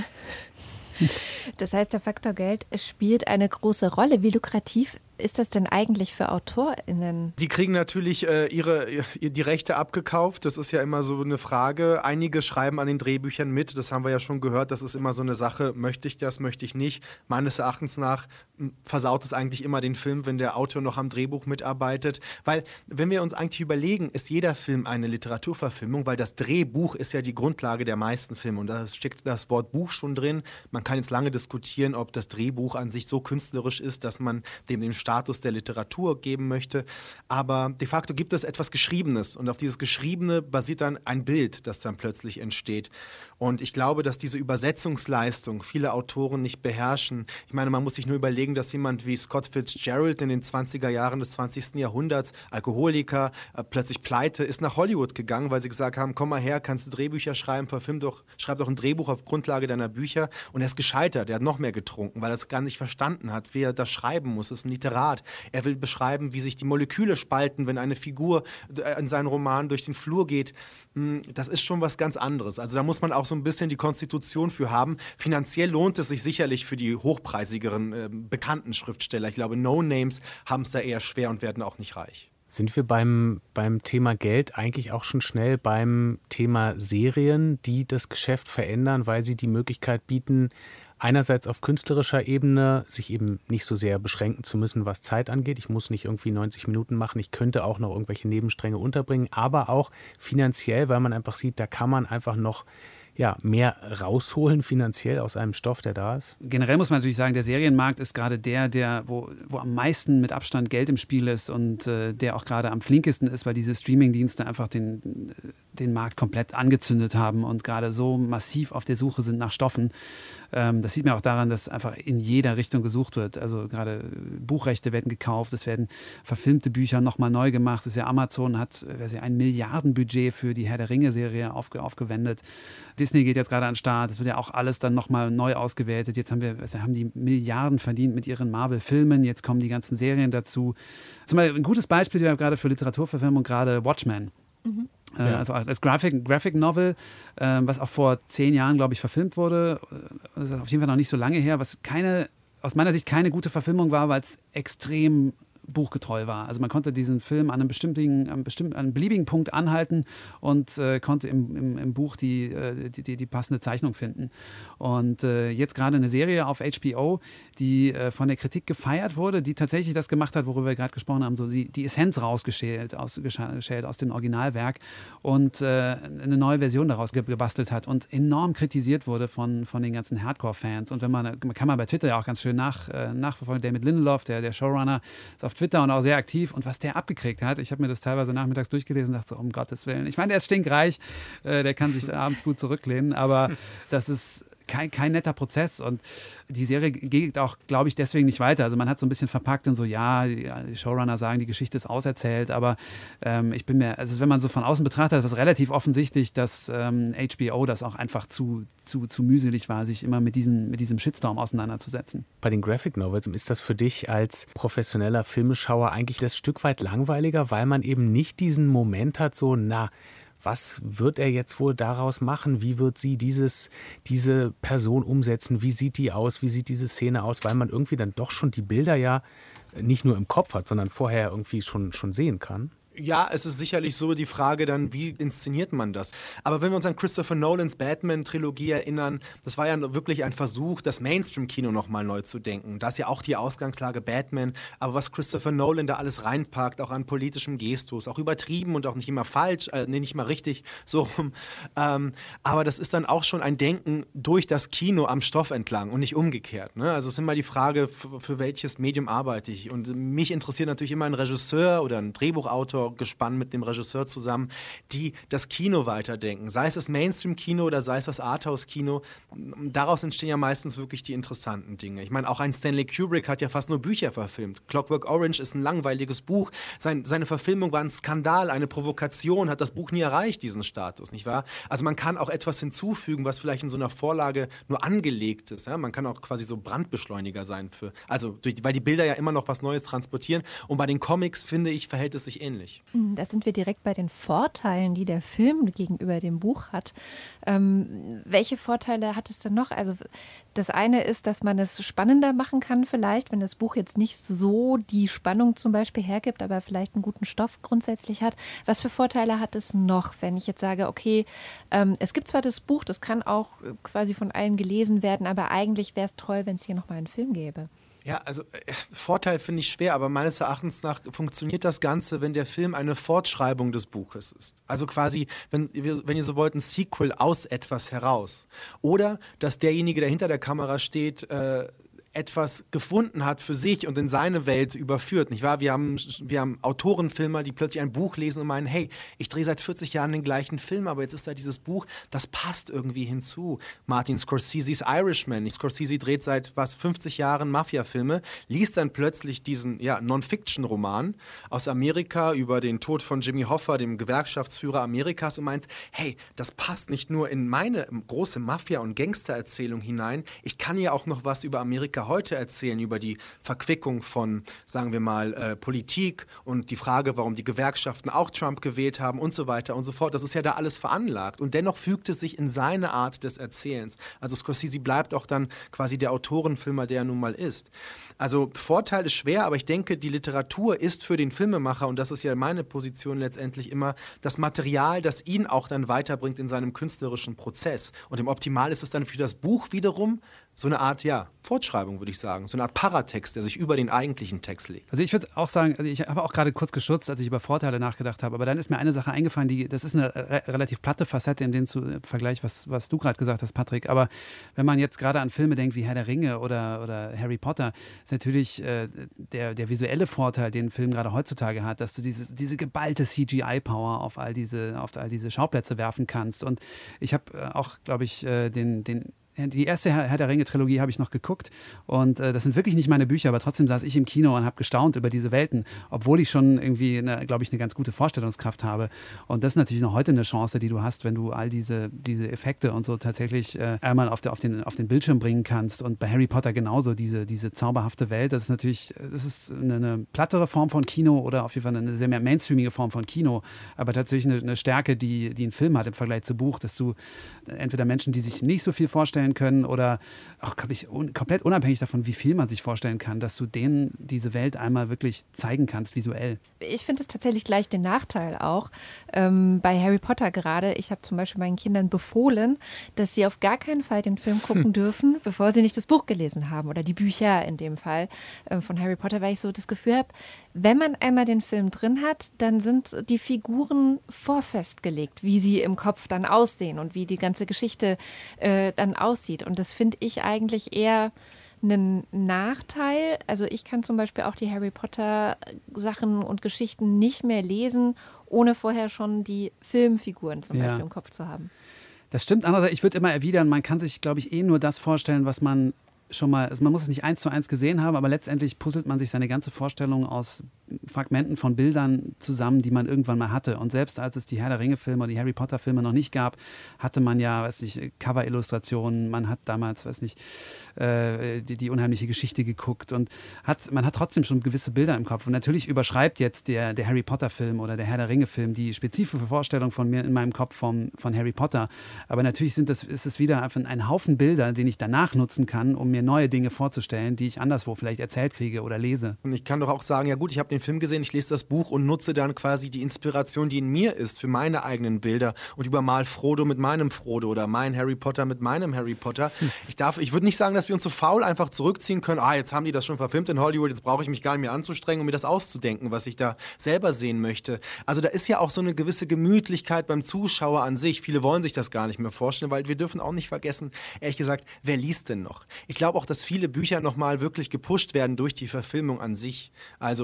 Das heißt, der Faktor Geld spielt eine große Rolle. Wie lukrativ ist das denn eigentlich für AutorInnen? Die kriegen natürlich äh, ihre, die Rechte abgekauft. Das ist ja immer so eine Frage. Einige schreiben an den Drehbüchern mit. Das haben wir ja schon gehört. Das ist immer so eine Sache. Möchte ich das, möchte ich nicht? Meines Erachtens nach versaut es eigentlich immer den Film, wenn der Autor noch am Drehbuch mitarbeitet. Weil, wenn wir uns eigentlich überlegen, ist jeder Film eine Literaturverfilmung, weil das Drehbuch ist ja die Grundlage der meisten Filme. Und da steckt das Wort Buch schon drin. Man kann jetzt lange diskutieren, ob das Drehbuch an sich so künstlerisch ist, dass man dem den Status der Literatur geben möchte. Aber de facto gibt es etwas Geschriebenes. Und auf dieses Geschriebene basiert dann ein Bild, das dann plötzlich entsteht. Und ich glaube, dass diese Übersetzungsleistung viele Autoren nicht beherrschen. Ich meine, man muss sich nur überlegen, dass jemand wie Scott Fitzgerald in den zwanziger Jahren des zwanzigsten Jahrhunderts, Alkoholiker, äh, plötzlich pleite, ist nach Hollywood gegangen, weil sie gesagt haben, komm mal her, kannst du Drehbücher schreiben, verfilm doch, schreib doch ein Drehbuch auf Grundlage deiner Bücher. Und er ist gescheitert, er hat noch mehr getrunken, weil er es gar nicht verstanden hat, wie er das schreiben muss. Es ist ein Literat. Er will beschreiben, wie sich die Moleküle spalten, wenn eine Figur in seinen Roman durch den Flur geht. Das ist schon was ganz anderes. Also da muss man auch so ein bisschen die Konstitution für haben. Finanziell lohnt es sich sicherlich für die hochpreisigeren, äh, bekannten Schriftsteller. Ich glaube, No-Names haben es da eher schwer und werden auch nicht reich. Sind wir beim, beim Thema Geld eigentlich auch schon schnell beim Thema Serien, die das Geschäft verändern, weil sie die Möglichkeit bieten, einerseits auf künstlerischer Ebene sich eben nicht so sehr beschränken zu müssen, was Zeit angeht. Ich muss nicht irgendwie neunzig Minuten machen. Ich könnte auch noch irgendwelche Nebenstränge unterbringen, aber auch finanziell, weil man einfach sieht, da kann man einfach noch ja, mehr rausholen finanziell aus einem Stoff, der da ist? Generell muss man natürlich sagen, der Serienmarkt ist gerade der, der wo, wo am meisten mit Abstand Geld im Spiel ist und äh, der auch gerade am flinkesten ist, weil diese Streaming-Dienste einfach den, den Markt komplett angezündet haben und gerade so massiv auf der Suche sind nach Stoffen. Ähm, das sieht man auch daran, dass einfach in jeder Richtung gesucht wird. Also gerade Buchrechte werden gekauft, es werden verfilmte Bücher nochmal neu gemacht. Das ist ja Amazon hat weiß ich, ein Milliardenbudget für die Herr der Ringe-Serie aufge, aufgewendet. Disney geht jetzt gerade an den Start, es wird ja auch alles dann nochmal neu ausgewertet. Jetzt haben wir, also haben die Milliarden verdient mit ihren Marvel-Filmen, jetzt kommen die ganzen Serien dazu. Zum Beispiel ein gutes Beispiel, wir haben gerade für Literaturverfilmung gerade Watchmen. Mhm. Äh, ja. Also als Graphic, Graphic Novel, äh, was auch vor zehn Jahren, glaube ich, verfilmt wurde. Das ist auf jeden Fall noch nicht so lange her, was keine, aus meiner Sicht keine gute Verfilmung war, weil es extrem buchgetreu war. Also man konnte diesen Film an einem bestimmten, an einem, bestimmten, an einem beliebigen Punkt anhalten und äh, konnte im, im, im Buch die, äh, die, die, die passende Zeichnung finden. Und äh, jetzt gerade eine Serie auf H B O, die äh, von der Kritik gefeiert wurde, die tatsächlich das gemacht hat, worüber wir gerade gesprochen haben, so die, die Essenz rausgeschält aus, geschält aus dem Originalwerk und äh, eine neue Version daraus gebastelt hat und enorm kritisiert wurde von, von den ganzen Hardcore-Fans. Und wenn man, man kann man bei Twitter ja auch ganz schön nach, äh, nachverfolgen, David Lindelof, der, der Showrunner, ist auf Twitter und auch sehr aktiv. Und was der abgekriegt hat, ich habe mir das teilweise nachmittags durchgelesen und dachte so, um Gottes Willen. Ich meine, der ist stinkreich, äh, der kann sich abends gut zurücklehnen, aber das ist kein, kein netter Prozess und die Serie geht auch, glaube ich, deswegen nicht weiter. Also man hat so ein bisschen verpackt und so, ja, die Showrunner sagen, die Geschichte ist auserzählt, aber ähm, ich bin mir, also wenn man so von außen betrachtet, ist es relativ offensichtlich, dass ähm, H B O das auch einfach zu, zu, zu mühselig war, sich immer mit, diesen, mit diesem Shitstorm auseinanderzusetzen. Bei den Graphic Novels, ist das für dich als professioneller Filmeschauer eigentlich das Stück weit langweiliger, weil man eben nicht diesen Moment hat, so, na, was wird er jetzt wohl daraus machen? Wie wird sie dieses, diese Person umsetzen? Wie sieht die aus? Wie sieht diese Szene aus? Weil man irgendwie dann doch schon die Bilder ja nicht nur im Kopf hat, sondern vorher irgendwie schon, schon sehen kann. Ja, es ist sicherlich so die Frage dann, wie inszeniert man das? Aber wenn wir uns an Christopher Nolans Batman-Trilogie erinnern, das war ja wirklich ein Versuch, das Mainstream-Kino nochmal neu zu denken. Da ist ja auch die Ausgangslage Batman, aber was Christopher Nolan da alles reinpackt, auch an politischem Gestus, auch übertrieben und auch nicht immer falsch, äh, nee, nicht immer richtig, so rum. Ähm, aber das ist dann auch schon ein Denken durch das Kino am Stoff entlang und nicht umgekehrt. Ne? Also es ist immer die Frage, für, für welches Medium arbeite ich? Und mich interessiert natürlich immer ein Regisseur oder ein Drehbuchautor Drehbuchautorgespann mit dem Regisseur zusammen, die das Kino weiterdenken. Sei es das Mainstream-Kino oder sei es das Arthouse-Kino. Daraus entstehen ja meistens wirklich die interessanten Dinge. Ich meine, auch ein Stanley Kubrick hat ja fast nur Bücher verfilmt. Clockwork Orange ist ein langweiliges Buch. Sein, seine Verfilmung war ein Skandal, eine Provokation, hat das Buch nie erreicht, diesen Status, nicht wahr? Also man kann auch etwas hinzufügen, was vielleicht in so einer Vorlage nur angelegt ist. Ja? Man kann auch quasi so Brandbeschleuniger sein, für, also durch, weil die Bilder ja immer noch was Neues transportieren. Und bei den Comics, finde ich, verhält es sich ähnlich. Da sind wir direkt bei den Vorteilen, die der Film gegenüber dem Buch hat. Ähm, welche Vorteile hat es denn noch? Also das eine ist, dass man es spannender machen kann vielleicht, wenn das Buch jetzt nicht so die Spannung zum Beispiel hergibt, aber vielleicht einen guten Stoff grundsätzlich hat. Was für Vorteile hat es noch, wenn ich jetzt sage, okay, ähm, es gibt zwar das Buch, das kann auch quasi von allen gelesen werden, aber eigentlich wäre es toll, wenn es hier nochmal einen Film gäbe. Ja, also äh, Vorteil finde ich schwer, aber meines Erachtens nach funktioniert das Ganze, wenn der Film eine Fortschreibung des Buches ist. Also quasi, wenn, wenn ihr so wollt, ein Sequel aus etwas heraus. Oder, dass derjenige, der hinter der Kamera steht, äh, etwas gefunden hat für sich und in seine Welt überführt, nicht wahr? Wir haben, wir haben Autorenfilmer, die plötzlich ein Buch lesen und meinen, hey, ich drehe seit vierzig Jahren den gleichen Film, aber jetzt ist da dieses Buch, das passt irgendwie hinzu. Martin Scorsese's Irishman. Scorsese dreht seit, was, fünfzig Jahren Mafia-Filme, liest dann plötzlich diesen, ja, Non-Fiction-Roman aus Amerika über den Tod von Jimmy Hoffa, dem Gewerkschaftsführer Amerikas, und meint, hey, das passt nicht nur in meine große Mafia- und Gangster-Erzählung hinein, ich kann ja auch noch was über Amerika heute erzählen, über die Verquickung von, sagen wir mal, äh, Politik und die Frage, warum die Gewerkschaften auch Trump gewählt haben und so weiter und so fort. Das ist ja da alles veranlagt. Und dennoch fügt es sich in seine Art des Erzählens. Also Scorsese bleibt auch dann quasi der Autorenfilmer, der er nun mal ist. Also Vorteil ist schwer, aber ich denke, die Literatur ist für den Filmemacher, und das ist ja meine Position letztendlich immer, das Material, das ihn auch dann weiterbringt in seinem künstlerischen Prozess. Und im Optimal ist es dann für das Buch wiederum so eine Art, ja, Fortschreibung, würde ich sagen. So eine Art Paratext, der sich über den eigentlichen Text legt. Also ich würde auch sagen, also ich habe auch gerade kurz gestutzt, als ich über Vorteile nachgedacht habe, aber dann ist mir eine Sache eingefallen, die, das ist eine re- relativ platte Facette in dem zu, äh, Vergleich, was, was du gerade gesagt hast, Patrick, aber wenn man jetzt gerade an Filme denkt wie Herr der Ringe oder, oder Harry Potter, ist natürlich äh, der, der visuelle Vorteil, den ein Film gerade heutzutage hat, dass du diese, diese geballte C G I-Power auf all diese, auf all diese Schauplätze werfen kannst. Und ich habe äh, auch, glaube ich, äh, den, den Die erste Herr der Ringe-Trilogie habe ich noch geguckt und äh, das sind wirklich nicht meine Bücher, aber trotzdem saß ich im Kino und habe gestaunt über diese Welten, obwohl ich schon irgendwie, glaube ich, eine ganz gute Vorstellungskraft habe. Und das ist natürlich noch heute eine Chance, die du hast, wenn du all diese, diese Effekte und so tatsächlich äh, einmal auf, der, auf, den, auf den Bildschirm bringen kannst. Und bei Harry Potter genauso, diese, diese zauberhafte Welt, das ist natürlich, das ist eine, eine plattere Form von Kino oder auf jeden Fall eine sehr mehr mainstreamige Form von Kino, aber tatsächlich eine, eine Stärke, die, die ein Film hat im Vergleich zu Buch, dass du entweder Menschen, die sich nicht so viel vorstellen können oder auch, glaube ich, un- komplett unabhängig davon, wie viel man sich vorstellen kann, dass du denen diese Welt einmal wirklich zeigen kannst, visuell. Ich finde es tatsächlich gleich den Nachteil auch ähm, bei Harry Potter gerade. Ich habe zum Beispiel meinen Kindern befohlen, dass sie auf gar keinen Fall den Film gucken dürfen, bevor sie nicht das Buch gelesen haben oder die Bücher in dem Fall äh, von Harry Potter, weil ich so das Gefühl habe, wenn man einmal den Film drin hat, dann sind die Figuren vorfestgelegt, wie sie im Kopf dann aussehen und wie die ganze Geschichte äh, dann aussieht. Und das finde ich eigentlich eher einen Nachteil. Also ich kann zum Beispiel auch die Harry Potter Sachen und Geschichten nicht mehr lesen, ohne vorher schon die Filmfiguren zum Ja. Beispiel im Kopf zu haben. Das stimmt. Andererseits, ich würde immer erwidern, man kann sich, glaube ich, eh nur das vorstellen, was man schon mal, also man muss es nicht eins zu eins gesehen haben, aber letztendlich puzzelt man sich seine ganze Vorstellung aus Fragmenten von Bildern zusammen, die man irgendwann mal hatte. Und selbst als es die Herr der Ringe-Filme oder die Harry Potter-Filme noch nicht gab, hatte man ja, weiß nicht, Cover-Illustrationen, man hat damals, weiß nicht, äh, die, die unheimliche Geschichte geguckt und hat, man hat trotzdem schon gewisse Bilder im Kopf. Und natürlich überschreibt jetzt der, der Harry Potter-Film oder der Herr der Ringe-Film die spezifische Vorstellung von mir in meinem Kopf vom, von Harry Potter. Aber natürlich sind das, ist es wieder einfach ein Haufen Bilder, den ich danach nutzen kann, um mir neue Dinge vorzustellen, die ich anderswo vielleicht erzählt kriege oder lese. Und ich kann doch auch sagen, ja gut, ich habe den Film gesehen, ich lese das Buch und nutze dann quasi die Inspiration, die in mir ist, für meine eigenen Bilder und übermal Frodo mit meinem Frodo oder mein Harry Potter mit meinem Harry Potter. Hm. Ich darf, ich würde nicht sagen, dass wir uns so faul einfach zurückziehen können, ah, jetzt haben die das schon verfilmt in Hollywood, jetzt brauche ich mich gar nicht mehr anzustrengen, um mir das auszudenken, was ich da selber sehen möchte. Also da ist ja auch so eine gewisse Gemütlichkeit beim Zuschauer an sich. Viele wollen sich das gar nicht mehr vorstellen, weil wir dürfen auch nicht vergessen, ehrlich gesagt, wer liest denn noch? Ich glaube auch, dass viele Bücher nochmal wirklich gepusht werden durch die Verfilmung an sich. Also bei Harry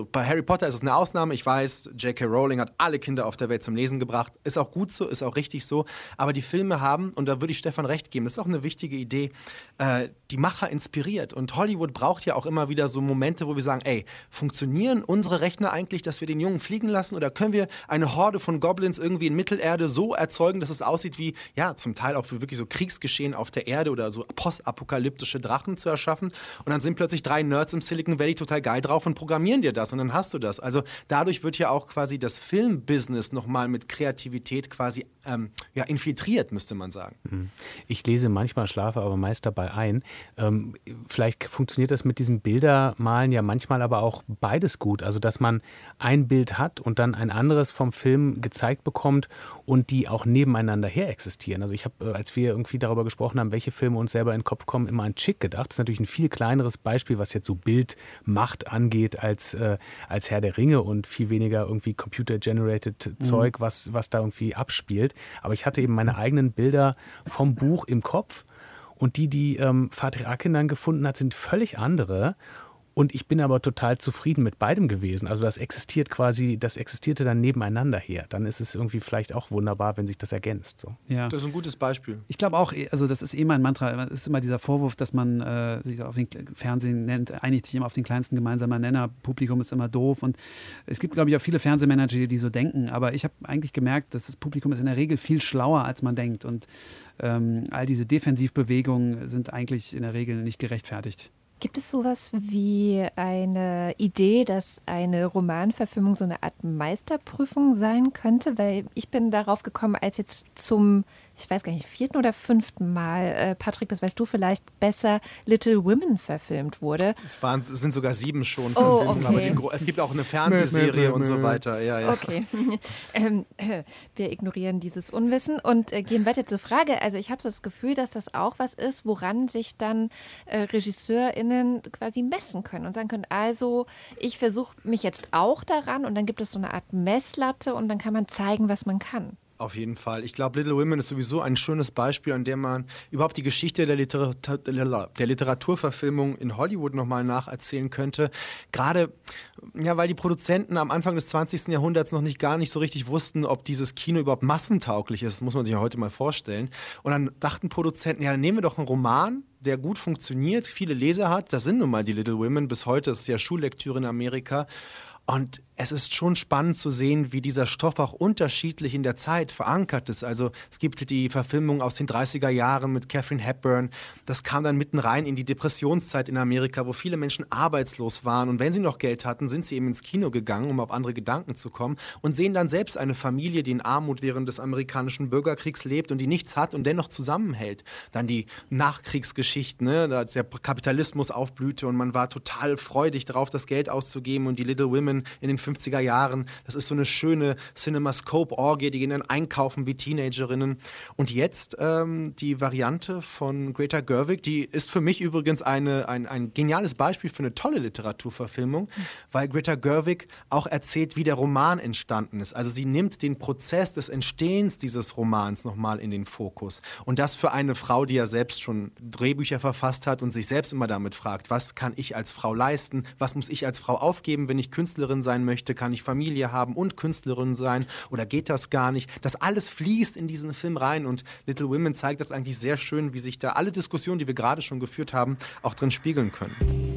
Potter ist es eine Ausnahme. Ich weiß, J K. Rowling hat alle Kinder auf der Welt zum Lesen gebracht. Ist auch gut so, ist auch richtig so. Aber die Filme haben, und da würde ich Stefan recht geben, das ist auch eine wichtige Idee, äh, die Macher inspiriert. Und Hollywood braucht ja auch immer wieder so Momente, wo wir sagen, ey, funktionieren unsere Rechner eigentlich, dass wir den Jungen fliegen lassen? Oder können wir eine Horde von Goblins irgendwie in Mittelerde so erzeugen, dass es aussieht wie, ja, zum Teil auch für wirklich so Kriegsgeschehen auf der Erde oder so postapokalyptische Drachen zu erschaffen. Und dann sind plötzlich drei Nerds im Silicon Valley total geil drauf und programmieren dir das. Und dann hast du das. Also dadurch wird ja auch quasi das Filmbusiness nochmal mit Kreativität quasi ähm, ja, infiltriert, müsste man sagen. Ich lese manchmal, schlafe aber meist dabei ein. Ähm, vielleicht funktioniert das mit diesem Bildermalen ja manchmal aber auch beides gut. Also dass man ein Bild hat und dann ein anderes vom Film gezeigt bekommt und die auch nebeneinander her existieren. Also ich habe, als wir irgendwie darüber gesprochen haben, welche Filme uns selber in den Kopf kommen, immer an Chick gedacht. Das ist natürlich ein viel kleineres Beispiel, was jetzt so Bildmacht angeht als, äh, als Herr der Ringe und viel weniger irgendwie computer-generated mhm. Zeug, was, was da irgendwie abspielt. Aber ich hatte eben meine eigenen Bilder vom Buch im Kopf. Und die, die ähm, Fatih Akin dann gefunden hat, sind völlig andere. Und ich bin aber total zufrieden mit beidem gewesen. Also das existiert quasi, das existierte dann nebeneinander her. Dann ist es irgendwie vielleicht auch wunderbar, wenn sich das ergänzt. So. Ja. Das ist ein gutes Beispiel. Ich glaube auch, also das ist eh mein Mantra, es ist immer dieser Vorwurf, dass man äh, sich auf den Fernsehen nennt, einigt sich immer auf den kleinsten gemeinsamen Nenner, Publikum ist immer doof. Und es gibt, glaube ich, auch viele Fernsehmanager, die so denken. Aber ich habe eigentlich gemerkt, dass das Publikum ist in der Regel viel schlauer, als man denkt. Und ähm, all diese Defensivbewegungen sind eigentlich in der Regel nicht gerechtfertigt. Gibt es sowas wie eine Idee, dass eine Romanverfilmung so eine Art Meisterprüfung sein könnte? Weil ich bin darauf gekommen, als jetzt zum, ich weiß gar nicht, vierten oder fünften Mal, äh, Patrick, das weißt du vielleicht besser, Little Women verfilmt wurde. Es, waren, es sind sogar sieben schon. Oh, Filmen, okay. aber die, es gibt auch eine Fernsehserie und so weiter. Ja, ja. Okay, ähm, äh, wir ignorieren dieses Unwissen und äh, gehen weiter zur Frage. Also ich habe so das Gefühl, dass das auch was ist, woran sich dann äh, RegisseurInnen quasi messen können und sagen können, also ich versuche mich jetzt auch daran und dann gibt es so eine Art Messlatte und dann kann man zeigen, was man kann. Auf jeden Fall. Ich glaube, Little Women ist sowieso ein schönes Beispiel, an dem man überhaupt die Geschichte der, Literatur, der Literaturverfilmung in Hollywood nochmal nacherzählen könnte. Gerade, ja, weil die Produzenten am Anfang des zwanzigsten Jahrhunderts noch nicht gar nicht so richtig wussten, ob dieses Kino überhaupt massentauglich ist. Das muss man sich ja heute mal vorstellen. Und dann dachten Produzenten, ja, dann nehmen wir doch einen Roman, der gut funktioniert, viele Leser hat. Das sind nun mal die Little Women. Bis heute ist es ja Schullektüre in Amerika. Und es ist schon spannend zu sehen, wie dieser Stoff auch unterschiedlich in der Zeit verankert ist. Also es gibt die Verfilmung aus den dreißiger Jahren mit Katharine Hepburn. Das kam dann mitten rein in die Depressionszeit in Amerika, wo viele Menschen arbeitslos waren. Und wenn sie noch Geld hatten, sind sie eben ins Kino gegangen, um auf andere Gedanken zu kommen. Und sehen dann selbst eine Familie, die in Armut während des amerikanischen Bürgerkriegs lebt und die nichts hat und dennoch zusammenhält. Dann die Nachkriegsgeschichten, ne, als der Kapitalismus aufblühte und man war total freudig darauf, das Geld auszugeben. Und die Little Women in den fünfziger Jahren. Das ist so eine schöne CinemaScope-Orgie, die gehen dann einkaufen wie Teenagerinnen. Und jetzt ähm, die Variante von Greta Gerwig, die ist für mich übrigens eine, ein, ein geniales Beispiel für eine tolle Literaturverfilmung, mhm. weil Greta Gerwig auch erzählt, wie der Roman entstanden ist. Also sie nimmt den Prozess des Entstehens dieses Romans nochmal in den Fokus. Und das für eine Frau, die ja selbst schon Drehbücher verfasst hat und sich selbst immer damit fragt, was kann ich als Frau leisten, was muss ich als Frau aufgeben, wenn ich Künstlerin sein möchte, kann ich Familie haben und Künstlerin sein oder geht das gar nicht? Das alles fließt in diesen Film rein und Little Women zeigt das eigentlich sehr schön, wie sich da alle Diskussionen, die wir gerade schon geführt haben, auch drin spiegeln können.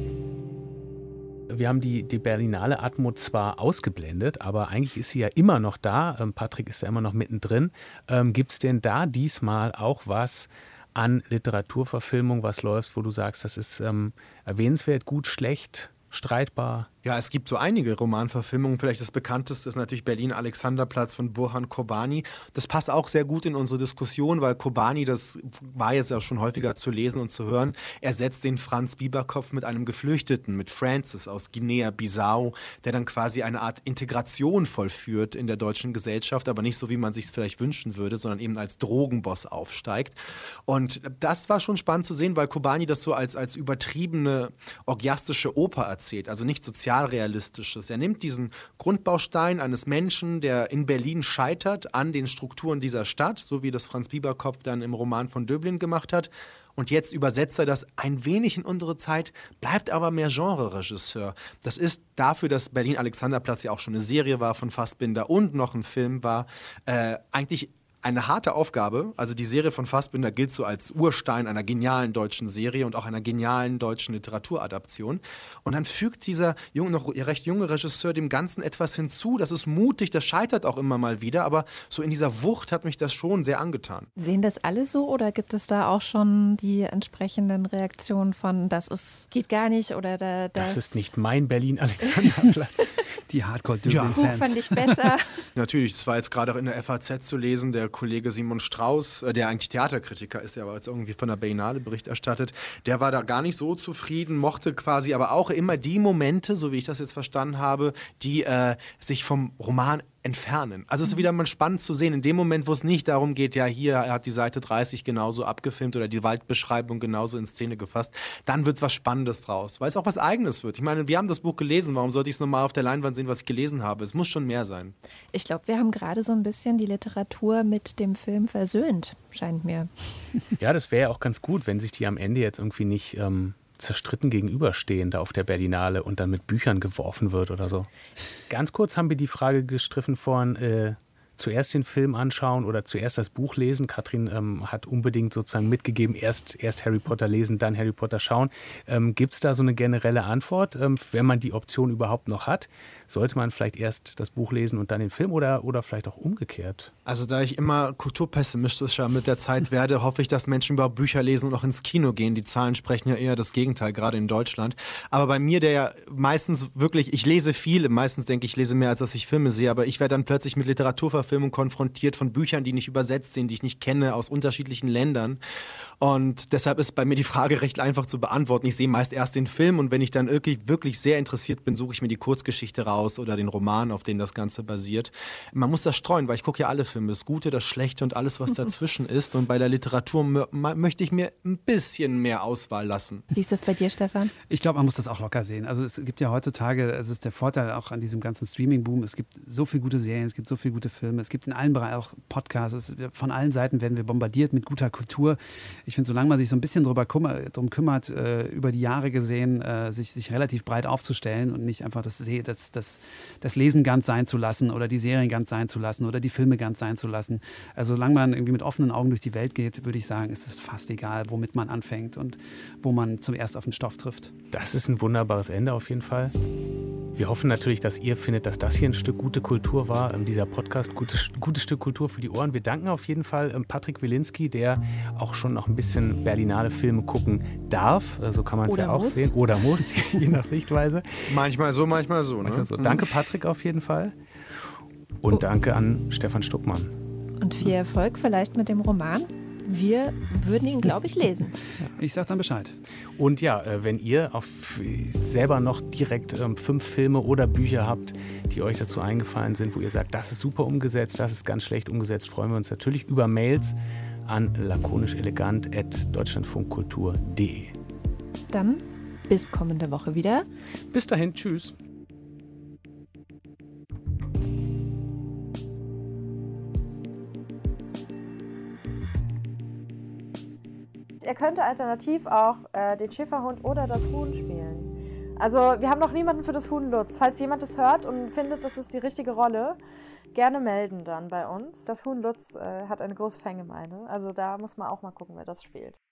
Wir haben die, die Berlinale Atmo zwar ausgeblendet, aber eigentlich ist sie ja immer noch da. Ähm, Patrick ist ja immer noch mittendrin. Ähm, gibt es denn da diesmal auch was an Literaturverfilmung, was läuft, wo du sagst, das ist ähm, erwähnenswert, gut, schlecht, streitbar? Ja, es gibt so einige Romanverfilmungen. Vielleicht das bekannteste ist natürlich Berlin-Alexanderplatz von Burhan Kobani. Das passt auch sehr gut in unsere Diskussion, weil Kobani, das war jetzt ja schon häufiger zu lesen und zu hören, ersetzt den Franz Bieberkopf mit einem Geflüchteten, mit Francis aus Guinea-Bissau, der dann quasi eine Art Integration vollführt in der deutschen Gesellschaft, aber nicht so, wie man sich es vielleicht wünschen würde, sondern eben als Drogenboss aufsteigt. Und das war schon spannend zu sehen, weil Kobani das so als, als übertriebene, orgiastische Oper erzählt, also nicht sozial Realistisches. Er nimmt diesen Grundbaustein eines Menschen, der in Berlin scheitert, an den Strukturen dieser Stadt, so wie das Franz Bieberkopf dann im Roman von Döblin gemacht hat, und jetzt übersetzt er das ein wenig in unsere Zeit, bleibt aber mehr Genre-Regisseur. Das ist dafür, dass Berlin-Alexanderplatz ja auch schon eine Serie war von Fassbinder und noch ein Film war, äh, eigentlich eine harte Aufgabe. Also die Serie von Fassbinder gilt so als Urstein einer genialen deutschen Serie und auch einer genialen deutschen Literaturadaption. Und dann fügt dieser junge, noch recht junge Regisseur dem Ganzen etwas hinzu. Das ist mutig, das scheitert auch immer mal wieder, aber so in dieser Wucht hat mich das schon sehr angetan. Sehen das alle so oder gibt es da auch schon die entsprechenden Reaktionen von, das ist, geht gar nicht oder da, das... Das ist nicht mein Berlin-Alexanderplatz. Die Hardcore-Fans. Ja. Buch fand ich besser. Natürlich, das war jetzt gerade auch in der F A Z zu lesen, der Kollege Simon Strauß, der eigentlich Theaterkritiker ist, der aber jetzt irgendwie von der Berlinale Bericht erstattet, der war da gar nicht so zufrieden, mochte quasi aber auch immer die Momente, so wie ich das jetzt verstanden habe, die äh, sich vom Roman entfernen. Also es ist wieder mal spannend zu sehen, in dem Moment, wo es nicht darum geht, ja hier, er hat die Seite dreißig genauso abgefilmt oder die Waldbeschreibung genauso in Szene gefasst, dann wird was Spannendes draus, weil es auch was Eigenes wird. Ich meine, wir haben das Buch gelesen, warum sollte ich es nochmal auf der Leinwand sehen, was ich gelesen habe? Es muss schon mehr sein. Ich glaube, wir haben gerade so ein bisschen die Literatur mit dem Film versöhnt, scheint mir. Ja, das wäre ja auch ganz gut, wenn sich die am Ende jetzt irgendwie nicht... Ähm zerstritten gegenüberstehen da auf der Berlinale und dann mit Büchern geworfen wird oder so. Ganz kurz haben wir die Frage gestriffen vorhin, äh, zuerst den Film anschauen oder zuerst das Buch lesen. Katrin ähm, hat unbedingt sozusagen mitgegeben, erst, erst Harry Potter lesen, dann Harry Potter schauen. Ähm, gibt es da so eine generelle Antwort, ähm, wenn man die Option überhaupt noch hat? Sollte man vielleicht erst das Buch lesen und dann den Film oder, oder vielleicht auch umgekehrt? Also da ich immer kulturpessimistischer mit der Zeit werde, hoffe ich, dass Menschen überhaupt Bücher lesen und auch ins Kino gehen. Die Zahlen sprechen ja eher das Gegenteil, gerade in Deutschland. Aber bei mir, der ja meistens wirklich, ich lese viel, meistens denke ich, ich lese mehr, als dass ich Filme sehe, aber ich werde dann plötzlich mit Literaturverfilmung konfrontiert von Büchern, die nicht übersetzt sind, die ich nicht kenne, aus unterschiedlichen Ländern. Und deshalb ist bei mir die Frage recht einfach zu beantworten. Ich sehe meist erst den Film und wenn ich dann wirklich, wirklich sehr interessiert bin, suche ich mir die Kurzgeschichte raus oder den Roman, auf den das Ganze basiert. Man muss das streuen, weil ich gucke ja alle Filme, das Gute, das Schlechte und alles, was dazwischen ist. Und bei der Literatur m- möchte ich mir ein bisschen mehr Auswahl lassen. Wie ist das bei dir, Stefan? Ich glaube, man muss das auch locker sehen. Also es gibt ja heutzutage, es ist der Vorteil auch an diesem ganzen Streaming-Boom, es gibt so viele gute Serien, es gibt so viele gute Filme, es gibt in allen Bereichen auch Podcasts, es, von allen Seiten werden wir bombardiert mit guter Kultur. Ich finde, solange man sich so ein bisschen drüber kümmert, drum kümmert äh, über die Jahre gesehen, äh, sich, sich relativ breit aufzustellen und nicht einfach das, das, das, das Lesen ganz sein zu lassen oder die Serien ganz sein zu lassen oder die Filme ganz sein zu lassen. Also solange man irgendwie mit offenen Augen durch die Welt geht, würde ich sagen, ist es fast egal, womit man anfängt und wo man zum erst auf den Stoff trifft. Das ist ein wunderbares Ende auf jeden Fall. Wir hoffen natürlich, dass ihr findet, dass das hier ein Stück gute Kultur war, ähm, dieser Podcast, gutes, gutes Stück Kultur für die Ohren. Wir danken auf jeden Fall ähm, Patrick Wilinski, der auch schon noch ein bisschen Berlinale Filme gucken darf. Äh, so kann man es ja auch muss. sehen. Oder muss, je nach Sichtweise. Manchmal so, manchmal so. Ne? Manchmal so. Danke Patrick auf jeden Fall. Und oh. danke an Stefan Stuckmann. Und viel Erfolg vielleicht mit dem Roman. Wir würden ihn, glaube ich, lesen. Ich sage dann Bescheid. Und ja, wenn ihr auf selber noch direkt ähm, fünf Filme oder Bücher habt, die euch dazu eingefallen sind, wo ihr sagt, das ist super umgesetzt, das ist ganz schlecht umgesetzt, freuen wir uns natürlich über Mails an lakonischelegant at deutschlandfunkkultur punkt de. Dann bis kommende Woche wieder. Bis dahin, tschüss. Ihr könnt alternativ auch äh, den Schäferhund oder das Huhn spielen. Also wir haben noch niemanden für das Huhn Lutz. Falls jemand das hört und findet, das ist die richtige Rolle, gerne melden dann bei uns. Das Huhn Lutz äh, hat eine große Fangemeinde. Also da muss man auch mal gucken, wer das spielt.